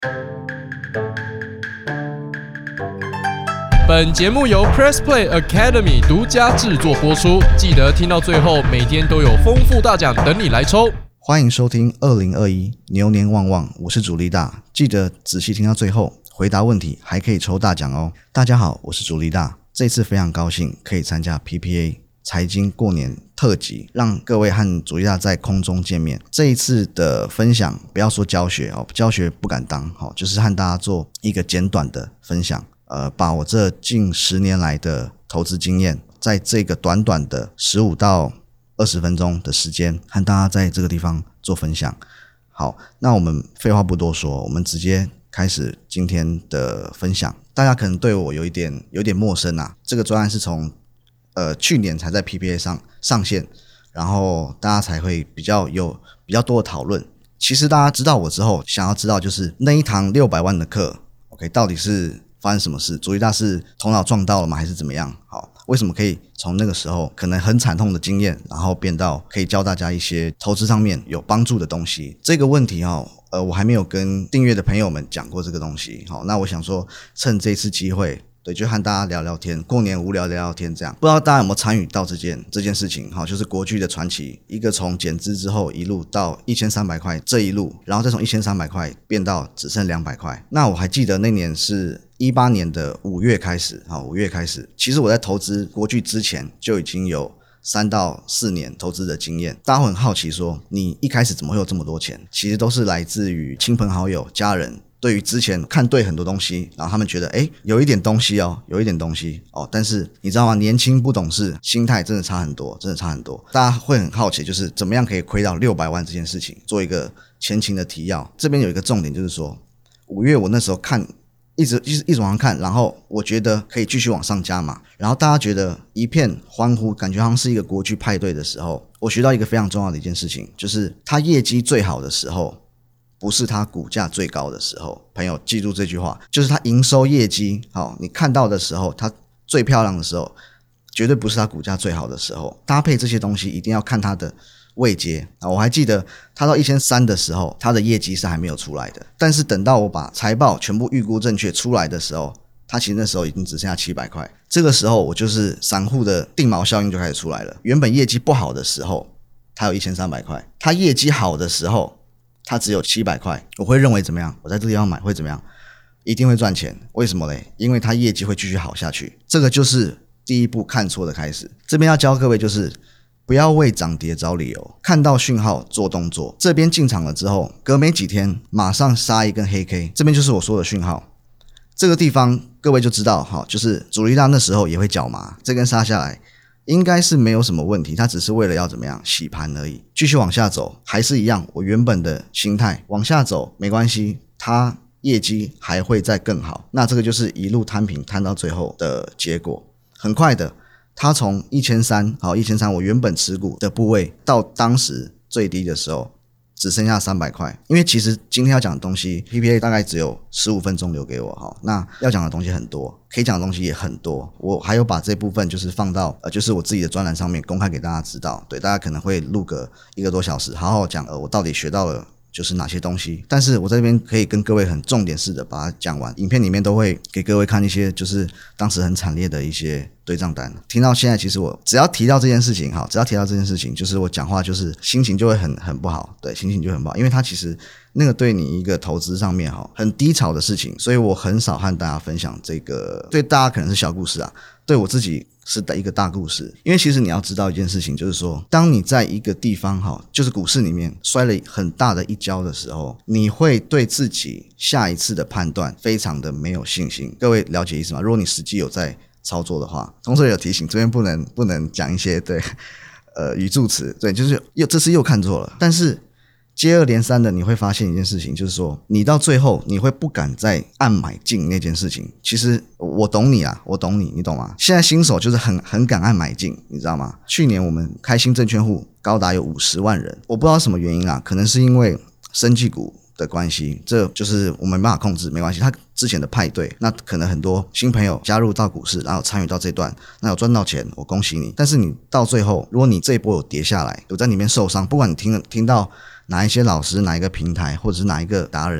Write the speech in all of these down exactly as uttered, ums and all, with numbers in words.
本节目由 Press Play Academy 独家制作播出，记得听到最后，每天都有丰富大奖等你来抽。 欢迎收听二零二一牛年旺旺，我是主力大，记得仔细听到最后，回答问题还可以抽大奖哦。大家好，我是主力大，这次非常高兴可以参加 P P A 财经过年特辑，让各位和主力大在空中见面。这一次的分享，不要说教学哦，教学不敢当，哦，就是和大家做一个简短的分享。呃，把我这近十年来的投资经验，在这个短短的十五到二十分钟的时间，和大家在这个地方做分享。好，那我们废话不多说，我们直接开始今天的分享。大家可能对我有一点有点陌生啊，这个专案是从呃去年才在 P P A 上上线，然后大家才会比较有比较多的讨论。其实大家知道我之后，想要知道就是那一堂六百万的课 ，OK， 到底是发生什么事？主力大是头脑撞到了吗？还是怎么样？好，为什么可以从那个时候可能很惨痛的经验，然后变到可以教大家一些投资上面有帮助的东西？这个问题哦，呃，我还没有跟订阅的朋友们讲过这个东西。好，那我想说，趁这次机会，对，就和大家聊聊天，过年无聊聊聊天这样。不知道大家有没有参与到这件这件事情？好，就是国巨的传奇，一个从减资之后一路到一千三百块这一路，然后再从一千三百块变到只剩两百块。那我还记得那年是十八年的五月开始，好，五月开始。其实我在投资国巨之前就已经有三到四年投资的经验。大家会很好奇说，你一开始怎么会有这么多钱？其实都是来自于亲朋好友、家人。对于之前看对很多东西，然后他们觉得诶有一点东西哦，有一点东西哦，但是你知道吗？年轻不懂事，心态真的差很多，真的差很多。大家会很好奇，就是怎么样可以亏到六百万这件事情，做一个前情的提要。这边有一个重点，就是说五月我那时候看一直一直一直往上看，然后我觉得可以继续往上加码，然后大家觉得一片欢呼，感觉好像是一个国巨派对的时候，我学到一个非常重要的一件事情，就是他业绩最好的时候不是它股价最高的时候。朋友记住这句话，就是它营收业绩好，你看到的时候，它最漂亮的时候，绝对不是它股价最好的时候。搭配这些东西一定要看它的位阶。我还记得它到一千三百的时候，它的业绩是还没有出来的，但是等到我把财报全部预估正确出来的时候，它其实那时候已经只剩下七百块。这个时候我就是散户的定锚效应就开始出来了。原本业绩不好的时候，它有一千三百块，它业绩好的时候它只有七百块，我会认为怎么样？我在这个地方买会怎么样？一定会赚钱。为什么嘞？因为它业绩会继续好下去。这个就是第一步看错的开始。这边要教各位就是不要为涨跌找理由，看到讯号做动作。这边进场了之后，隔没几天马上杀一根黑 K， 这边就是我说的讯号。这个地方各位就知道，就是主力大那时候也会脚麻，这根杀下来应该是没有什么问题，它只是为了要怎么样洗盘而已。继续往下走还是一样，我原本的心态往下走没关系，它业绩还会再更好。那这个就是一路摊平摊到最后的结果。很快的，它从一千三百好一千三百我原本持股的部位到当时最低的时候只剩下三百块。因为其实今天要讲的东西 P P A 大概只有十五分钟留给我哈，那要讲的东西很多，可以讲的东西也很多。我还有把这部分就是放到呃就是我自己的专栏上面公开给大家知道。对，大家可能会录个一个多小时，好好讲呃我到底学到了就是哪些东西。但是我在这边可以跟各位很重点式的把它讲完，影片里面都会给各位看一些就是当时很惨烈的一些对账单。听到现在，其实我只要提到这件事情，好，只要提到这件事情，就是我讲话就是心情就会很很不好，对，心情就很不好，因为它其实那个对你一个投资上面哈很低潮的事情，所以我很少和大家分享这个，对大家可能是小故事啊，对我自己是一个大故事。因为其实你要知道一件事情，就是说当你在一个地方哈，就是股市里面摔了很大的一跤的时候，你会对自己下一次的判断非常的没有信心。各位了解意思吗？如果你实际有在操作的话，同时有提醒这边不能不能讲一些对呃语助词，对，就是又这次又看错了。但是接二连三的你会发现一件事情，就是说你到最后你会不敢再按买进那件事情。其实我懂你啊，我懂你，你懂吗？现在新手就是很很敢按买进，你知道吗？去年我们开新证券户高达有五十万人，我不知道什么原因啊，可能是因为生技股的关系，这就是我们没办法控制，没关系。他之前的派对，那可能很多新朋友加入到股市，然后参与到这段，那有赚到钱，我恭喜你。但是你到最后，如果你这一波有跌下来，有在里面受伤，不管你听听到哪一些老师、哪一个平台或者是哪一个达人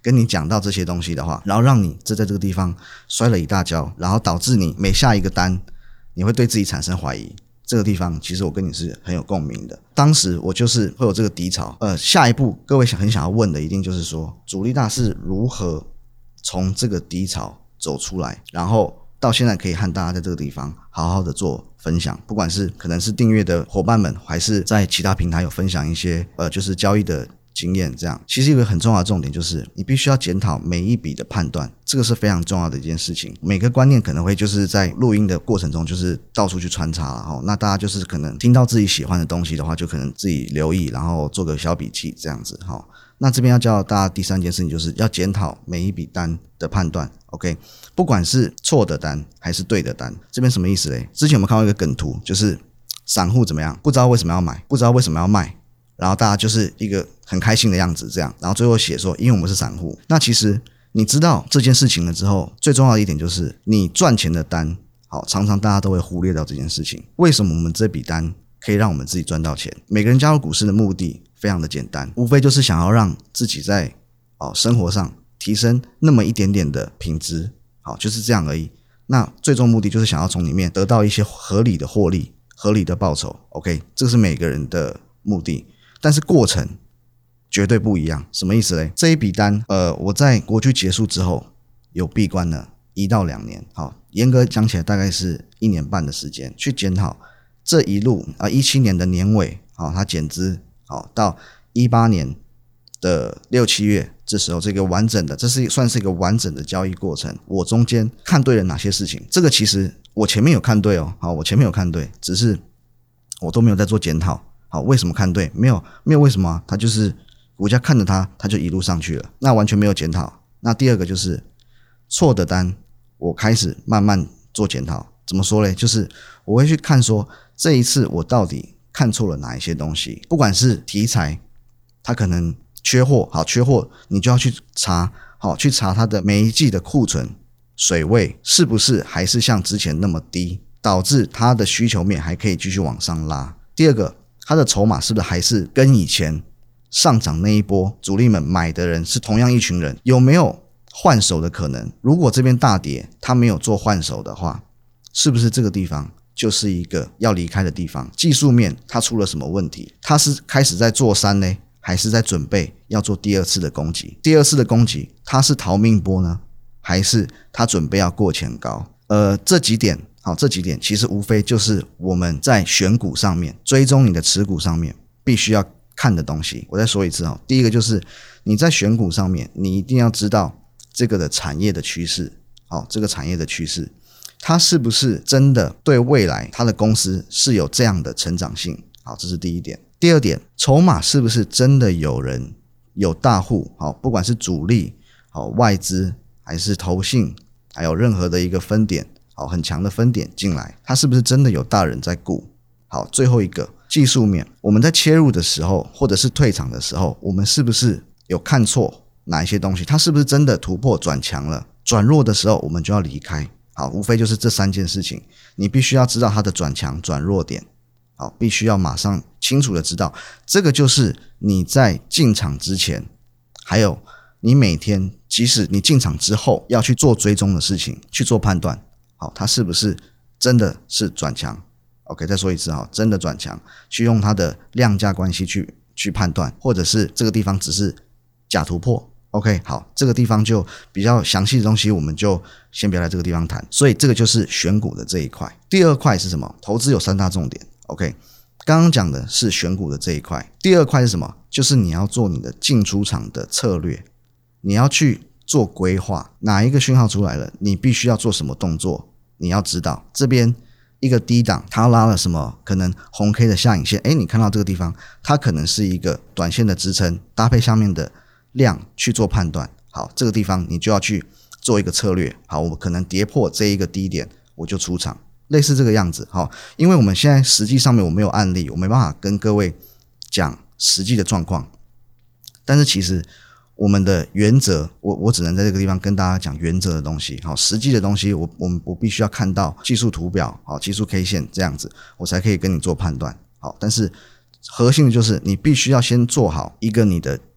跟你讲到这些东西的话，然后让你这在这个地方摔了一大跤，然后导致你每下一个单你会对自己产生怀疑，这个地方其实我跟你是很有共鸣的。当时我就是会有这个低潮，呃，下一步各位想很想要问的一定就是说，主力大是如何从这个低潮走出来，然后到现在可以和大家在这个地方好好的做分享，不管是可能是订阅的伙伴们，还是在其他平台有分享一些呃就是交易的经验，这样其实有一个很重要的重点就是你必须要检讨每一笔的判断，这个是非常重要的一件事情。每个观念可能会就是在录音的过程中就是到处去穿插了齁，那大家就是可能听到自己喜欢的东西的话，就可能自己留意，然后做个小笔记这样子齁。那这边要教大家第三件事情，就是要检讨每一笔单的判断 OK， 不管是错的单还是对的单。这边什么意思嘞？之前我们看到一个梗图，就是散户怎么样，不知道为什么要买，不知道为什么要卖，然后大家就是一个很开心的样子这样，然后最后写说因为我们是散户。那其实你知道这件事情了之后，最重要的一点就是你赚钱的单，好，常常大家都会忽略到这件事情。为什么我们这笔单可以让我们自己赚到钱？每个人加入股市的目的非常的简单，无非就是想要让自己在、哦、生活上提升那么一点点的品质，好，就是这样而已。那最终目的就是想要从里面得到一些合理的获利，合理的报酬 OK， 这是每个人的目的，但是过程绝对不一样。什么意思嘞？这一笔单呃，我在国巨结束之后有闭关了一到两年，好，严格讲起来大概是一年半的时间去检讨这一路啊，一七年的年尾，好，它减资，好，到一八年的六七月，这时候这个完整的，这是算是一个完整的交易过程。我中间看对了哪些事情？这个其实我前面有看对哦，好，我前面有看对，只是我都没有在做检讨。好，为什么看对？没有，没有为什么啊？它就是股价看着它，它就一路上去了，那完全没有检讨。那第二个就是错的单，我开始慢慢做检讨。怎么说嘞？就是我会去看说这一次我到底看错了哪一些东西，不管是题材它可能缺货，好，缺货你就要去查，好，去查它的每一季的库存水位是不是还是像之前那么低，导致它的需求面还可以继续往上拉。第二个，它的筹码是不是还是跟以前上涨那一波主力们买的人是同样一群人，有没有换手的可能？如果这边大跌它没有做换手的话，是不是这个地方就是一个要离开的地方？技术面它出了什么问题？它是开始在做山呢，还是在准备要做第二次的攻击？第二次的攻击它是逃命波呢，还是它准备要过前高？呃，这几点好，这几点其实无非就是我们在选股上面追踪你的持股上面必须要看的东西。我再说一次哦，第一个就是你在选股上面你一定要知道这个的产业的趋势，好，这个产业的趋势它是不是真的对未来它的公司是有这样的成长性，好，这是第一点。第二点，筹码是不是真的有人有大户，好，不管是主力，好，外资还是投信，还有任何的一个分点，好，很强的分点进来，它是不是真的有大人在顾？好，最后一个技术面，我们在切入的时候或者是退场的时候，我们是不是有看错哪一些东西？它是不是真的突破转强了？转弱的时候我们就要离开。好，无非就是这三件事情，你必须要知道它的转强转弱点，好，必须要马上清楚的知道，这个就是你在进场之前，还有你每天即使你进场之后要去做追踪的事情，去做判断，好，它是不是真的是转强 OK， 再说一次，好，真的转强，去用它的量价关系去去判断，或者是这个地方只是假突破OK， 好，这个地方就比较详细的东西我们就先不要在这个地方谈，所以这个就是选股的这一块。第二块是什么？投资有三大重点 OK， 刚刚讲的是选股的这一块。第二块是什么？就是你要做你的进出场的策略，你要去做规划，哪一个讯号出来了你必须要做什么动作，你要知道这边一个低档它拉了什么可能红 K 的下影线，诶，你看到这个地方它可能是一个短线的支撑，搭配下面的量去做判断，好，这个地方你就要去做一个策略，好，我可能跌破这一个低点我就出场，类似这个样子。好，因为我们现在实际上面我没有案例，我没办法跟各位讲实际的状况，但是其实我们的原则，我我只能在这个地方跟大家讲原则的东西，好，实际的东西我我们我必须要看到技术图表，好，技术 K 线这样子我才可以跟你做判断，好，但是核心的就是你必须要先做好一个你的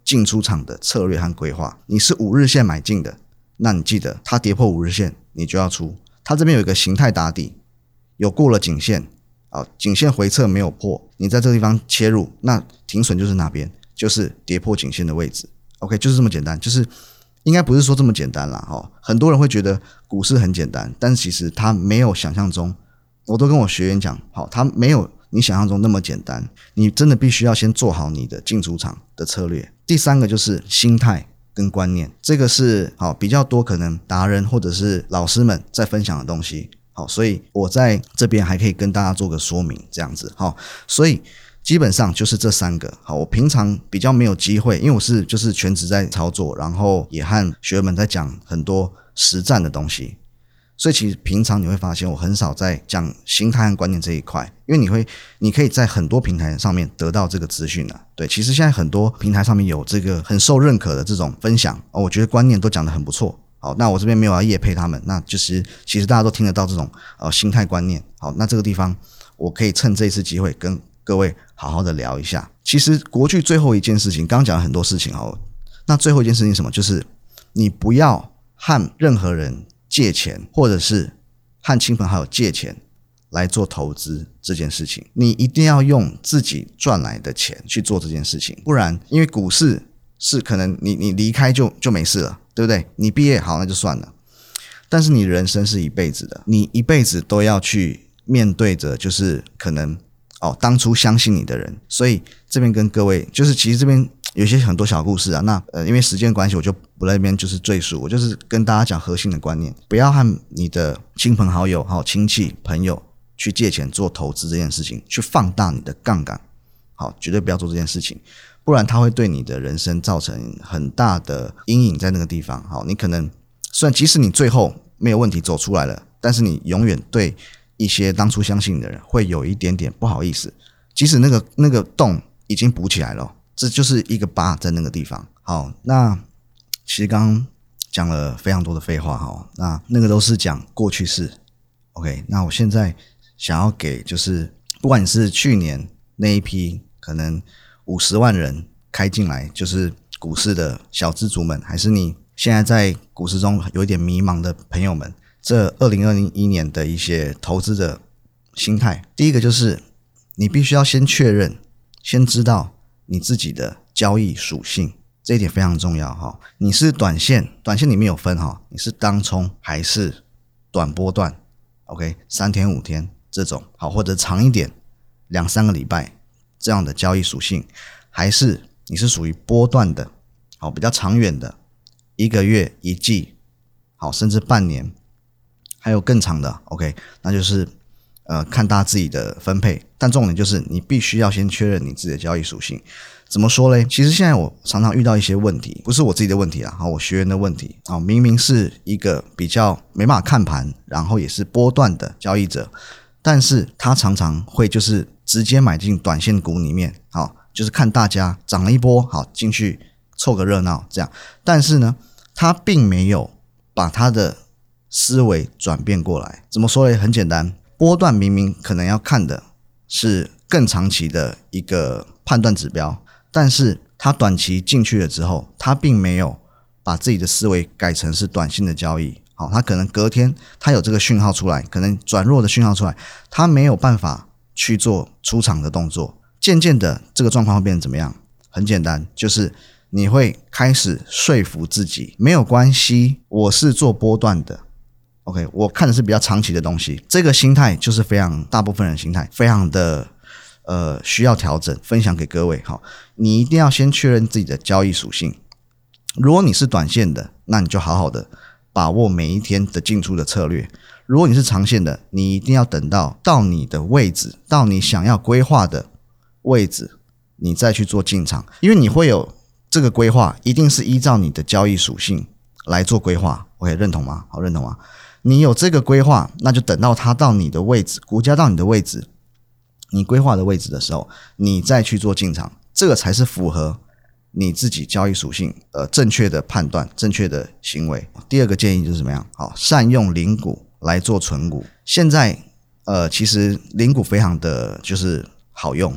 进出场的策略和规划。你是五日线买进的，那你记得它跌破五日线你就要出。它这边有一个形态打底，有过了颈线啊，颈线回撤没有破，你在这个地方切入，那停损就是哪边？就是跌破颈线的位置。OK， 就是这么简单，就是应该不是说这么简单啦。哦，很多人会觉得股市很简单，但是其实它没有想象中，我都跟我学员讲，好，它没有你想象中那么简单。你真的必须要先做好你的进出场的策略。第三个就是心态跟观念，这个是好比较多可能达人或者是老师们在分享的东西。好，所以我在这边还可以跟大家做个说明，这样子。好，所以基本上就是这三个。好，我平常比较没有机会，因为我是就是全职在操作，然后也和学员们在讲很多实战的东西，所以其实平常你会发现我很少在讲心态和观念这一块，因为你会你可以在很多平台上面得到这个资讯了。对，其实现在很多平台上面有这个很受认可的这种分享，哦，我觉得观念都讲得很不错。好，那我这边没有要业配他们，那就是其实大家都听得到这种呃心态观念。好，那这个地方我可以趁这一次机会跟各位好好的聊一下。其实国剧最后一件事情，刚刚讲了很多事情哦，那最后一件事情是什么？就是你不要和任何人借钱，或者是和亲朋好友借钱来做投资这件事情。你一定要用自己赚来的钱去做这件事情，不然因为股市是可能你你离开就就没事了，对不对？你毕业好那就算了，但是你人生是一辈子的，你一辈子都要去面对着就是可能哦当初相信你的人。所以这边跟各位就是其实这边有些很多小故事啊，那呃因为时间关系我就不在那边就是赘述，我就是跟大家讲核心的观念，不要和你的亲朋好友好亲戚朋友去借钱做投资这件事情，去放大你的杠杆。好，绝对不要做这件事情，不然它会对你的人生造成很大的阴影在那个地方。好，你可能虽然即使你最后没有问题走出来了，但是你永远对一些当初相信你的人会有一点点不好意思，即使那个那个洞已经补起来了，这就是一个疤在那个地方。好，那其实刚刚讲了非常多的废话哈，那那个都是讲过去式。OK， 那我现在想要给就是不管你是去年那一批可能五十万人开进来就是股市的小资族们，还是你现在在股市中有一点迷茫的朋友们，这二零二一年的一些投资的心态。第一个就是你必须要先确认，先知道你自己的交易属性，这一点非常重要哈。你是短线，短线里面有分哈，你是当冲还是短波段 ，OK， 三天五天这种好，或者长一点两三个礼拜这样的交易属性，还是你是属于波段的，好，比较长远的，一个月、一季，好，甚至半年，还有更长的 ，OK， 那就是呃看大家自己的分配。但重点就是你必须要先确认你自己的交易属性。怎么说嘞？其实现在我常常遇到一些问题，不是我自己的问题啦，我学员的问题啊，明明是一个比较没办法看盘，然后也是波段的交易者，但是他常常会就是直接买进短线股里面，好，就是看大家涨了一波，好，进去凑个热闹这样。但是呢，他并没有把他的思维转变过来。怎么说嘞？很简单，波段明明可能要看的是更长期的一个判断指标，但是他短期进去了之后，他并没有把自己的思维改成是短线的交易。好，他可能隔天他有这个讯号出来，可能转弱的讯号出来，他没有办法去做出场的动作。渐渐的这个状况会变成怎么样？很简单，就是你会开始说服自己，没有关系，我是做波段的 OK， 我看的是比较长期的东西。这个心态就是非常大部分人的心态，非常的呃需要调整，分享给各位。好，你一定要先确认自己的交易属性。如果你是短线的，那你就好好的把握每一天的进出的策略。如果你是长线的，你一定要等到到你的位置，到你想要规划的位置，你再去做进场。因为你会有这个规划，一定是依照你的交易属性来做规划。 OK， 认同吗？好，认同吗？你有这个规划，那就等到它到你的位置，股价到你的位置，你规划的位置的时候，你再去做进场，这个才是符合你自己交易属性呃正确的判断，正确的行为。第二个建议就是怎么样？好，善用零股来做存股。现在呃其实零股非常的就是好用，好，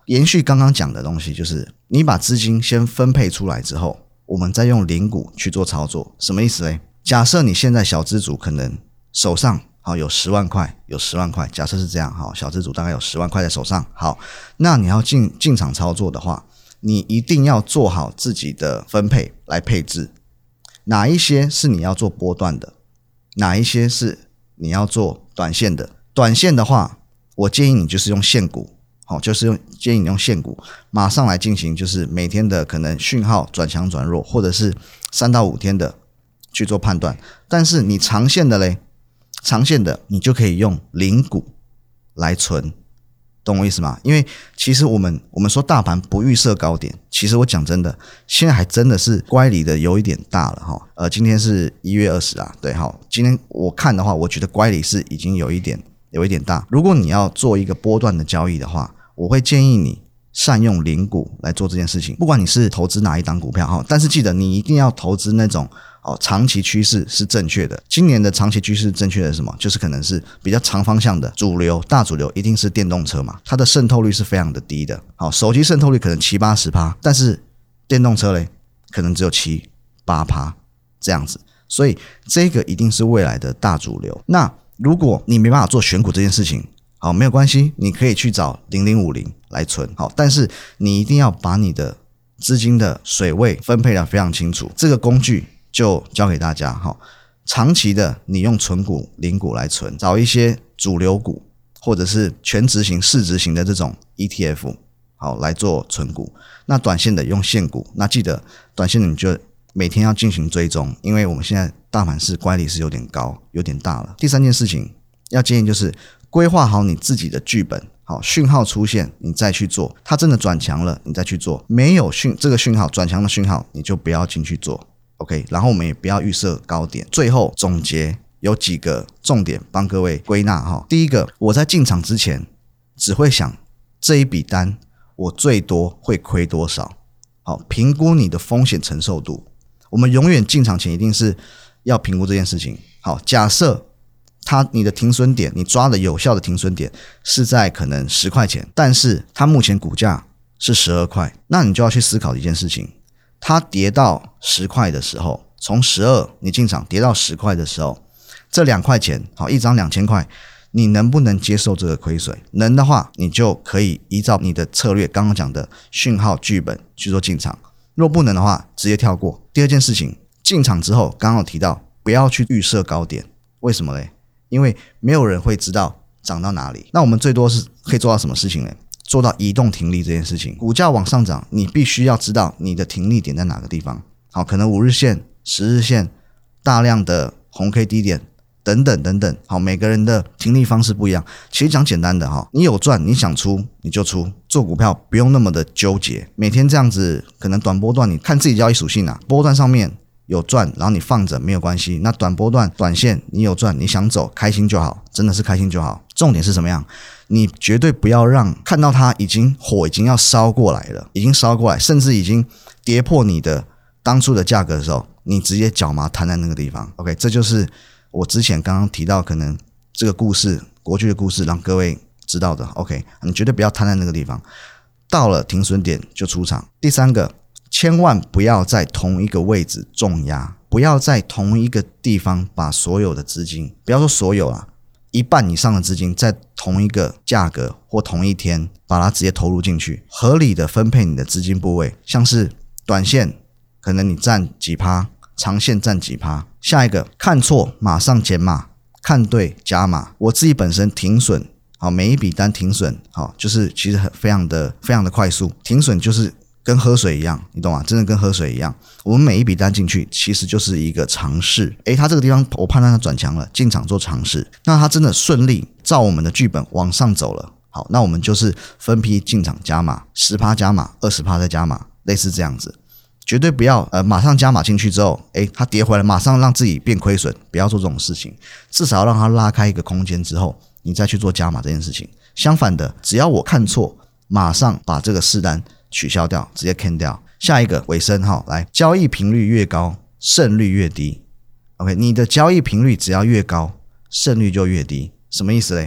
延续刚刚讲的东西，就是你把资金先分配出来之后，我们再用零股去做操作。什么意思嘞？假设你现在小资主可能手上好有十万块，有十万块，假设是这样，好，小资主大概有十万块在手上。好，那你要进进场操作的话，你一定要做好自己的分配来配置，哪一些是你要做波段的，哪一些是你要做短线的。短线的话，我建议你就是用现股，好，就是用建议你用现股马上来进行，就是每天的可能讯号转强转弱，或者是三到五天的去做判断。但是你长线的嘞，长线的你就可以用零股来存，懂我意思吗？因为其实我们我们说大盘不预设高点，其实我讲真的，现在还真的是乖离的有一点大了哈。呃，今天是一月二十啊，对，好，今天我看的话，我觉得乖离是已经有一点有一点大。如果你要做一个波段的交易的话，我会建议你善用零股来做这件事情。不管你是投资哪一档股票哈，但是记得你一定要投资那种哦，长期趋势是正确的。今年的长期趋势正确的是什么？就是可能是比较长方向的主流，大主流一定是电动车嘛，它的渗透率是非常的低的。好，手机渗透率可能七八十趴，但是电动车嘞，可能只有七八趴这样子。所以这个一定是未来的大主流。那如果你没办法做选股这件事情，好，没有关系，你可以去找零零五零来存。好，但是你一定要把你的资金的水位分配得非常清楚。这个工具就教给大家，好，长期的你用存股、零股来存，找一些主流股或者是全值型、市值型的这种 E T F， 好来做存股。那短线的用现股，那记得短线的你就每天要进行追踪，因为我们现在大盘是乖离是有点高、有点大了。第三件事情要建议就是规划好你自己的剧本。好，讯号出现你再去做，它真的转强了你再去做，没有讯这个讯号转强的讯号你就不要进去做。OK， 然后我们也不要预设高点。最后总结有几个重点帮各位归纳哈。第一个，我在进场之前只会想这一笔单我最多会亏多少，好，评估你的风险承受度。我们永远进场前一定是要评估这件事情。好，假设它你的停损点，你抓的有效的停损点是在可能十块钱，但是它目前股价是十二块，那你就要去思考一件事情。它跌到十块的时候，从十二你进场跌到十块的时候，这两块钱，好，一张两千块，你能不能接受这个亏损？能的话，你就可以依照你的策略，刚刚讲的讯号剧本去做进场。若不能的话，直接跳过。第二件事情，进场之后，刚刚有提到不要去预设高点，为什么嘞？因为没有人会知道涨到哪里。那我们最多是可以做到什么事情呢？做到移动停利这件事情。股价往上涨，你必须要知道你的停利点在哪个地方。好，可能五日线、十日线、大量的红 K 低点等等等等。好，每个人的停利方式不一样。其实讲简单的哈，你有赚，你想出你就出。做股票不用那么的纠结，每天这样子，可能短波段你看自己交易属性啊，波段上面有赚，然后你放着没有关系。那短波段、短线你有赚，你想走开心就好，真的是开心就好。重点是什么样？你绝对不要让看到它已经火已经要烧过来了，已经烧过来，甚至已经跌破你的当初的价格的时候，你直接脚麻摊在那个地方。OK， 这就是我之前刚刚提到可能这个故事国剧的故事让各位知道的。 OK， 你绝对不要摊在那个地方，到了停损点就出场。第三个，千万不要在同一个位置重压，不要在同一个地方把所有的资金，不要说所有啦，一半以上的资金在同一个价格或同一天把它直接投入进去，合理的分配你的资金部位，像是短线可能你占几趴，长线占几趴。下一个，看错马上减码，看对加码。我自己本身停损，好，每一笔单停损，好，就是其实很非常的非常的快速，停损就是跟喝水一样，你懂吗？真的跟喝水一样。我们每一笔单进去其实就是一个尝试。诶，它这个地方我判断它转强了，进场做尝试。那它真的顺利照我们的剧本往上走了，好，那我们就是分批进场加码， 百分之十 加码， 百分之二十 再加码，类似这样子。绝对不要呃马上加码进去之后，诶，它跌回来马上让自己变亏损，不要做这种事情。至少要让它拉开一个空间之后，你再去做加码这件事情。相反的，只要我看错，马上把这个试单取消掉，直接 cancel 掉。下一个尾声哈，来，交易频率越高，胜率越低。OK， 你的交易频率只要越高，胜率就越低。什么意思嘞？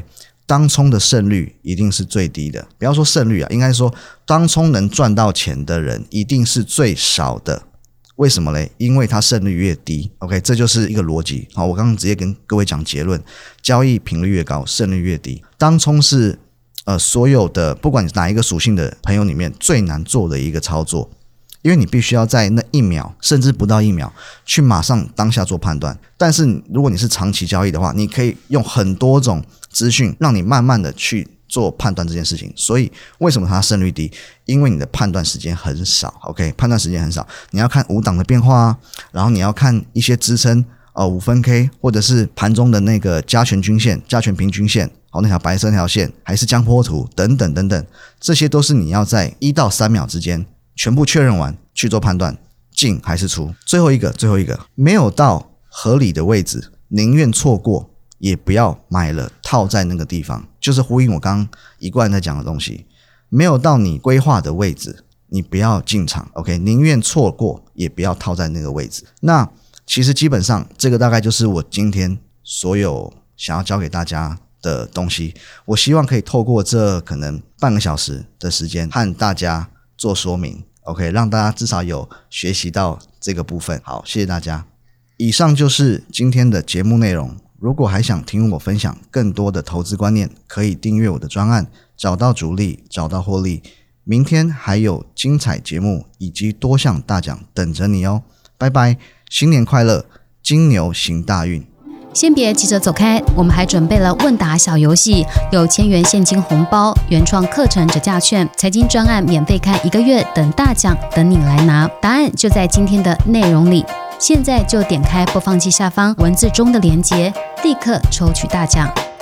当冲的胜率一定是最低的，不要说胜率啊，应该说当冲能赚到钱的人一定是最少的。为什么嘞？因为它胜率越低 ，OK， 这就是一个逻辑。好，我刚刚直接跟各位讲结论：交易频率越高，胜率越低。当冲是呃所有的不管哪一个属性的朋友里面最难做的一个操作，因为你必须要在那一秒甚至不到一秒去马上当下做判断。但是如果你是长期交易的话，你可以用很多种资讯让你慢慢的去做判断这件事情。所以为什么它胜率低？因为你的判断时间很少 OK， 判断时间很少，你要看五档的变化啊，然后你要看一些支撑呃五分 K 或者是盘中的那个加权均线、加权平均线，好，那条白色那条线还是江波图等等等等，这些都是你要在一到三秒之间全部确认完去做判断，进还是出。最后一个最后一个没有到合理的位置，宁愿错过也不要买了套在那个地方，就是呼应我刚刚一贯在讲的东西。没有到你规划的位置，你不要进场 OK， 宁愿错过也不要套在那个位置。那其实基本上这个大概就是我今天所有想要教给大家的东西。我希望可以透过这可能半个小时的时间和大家做说明 OK， 让大家至少有学习到这个部分。好，谢谢大家。以上就是今天的节目内容。如果还想听我分享更多的投资观念，可以订阅我的专案，找到主力，找到获利。明天还有精彩节目以及多项大奖等着你哦！拜拜，新年快乐，金牛行大运。 先别急着走开，我们还准备了问答小游戏，有千元现金红包、原创课程折价券、财经专案免费看一个月等大奖等你来拿。答案就在今天的内容里。现在就点开播放器下方文字中的连结，立刻抽取大奖。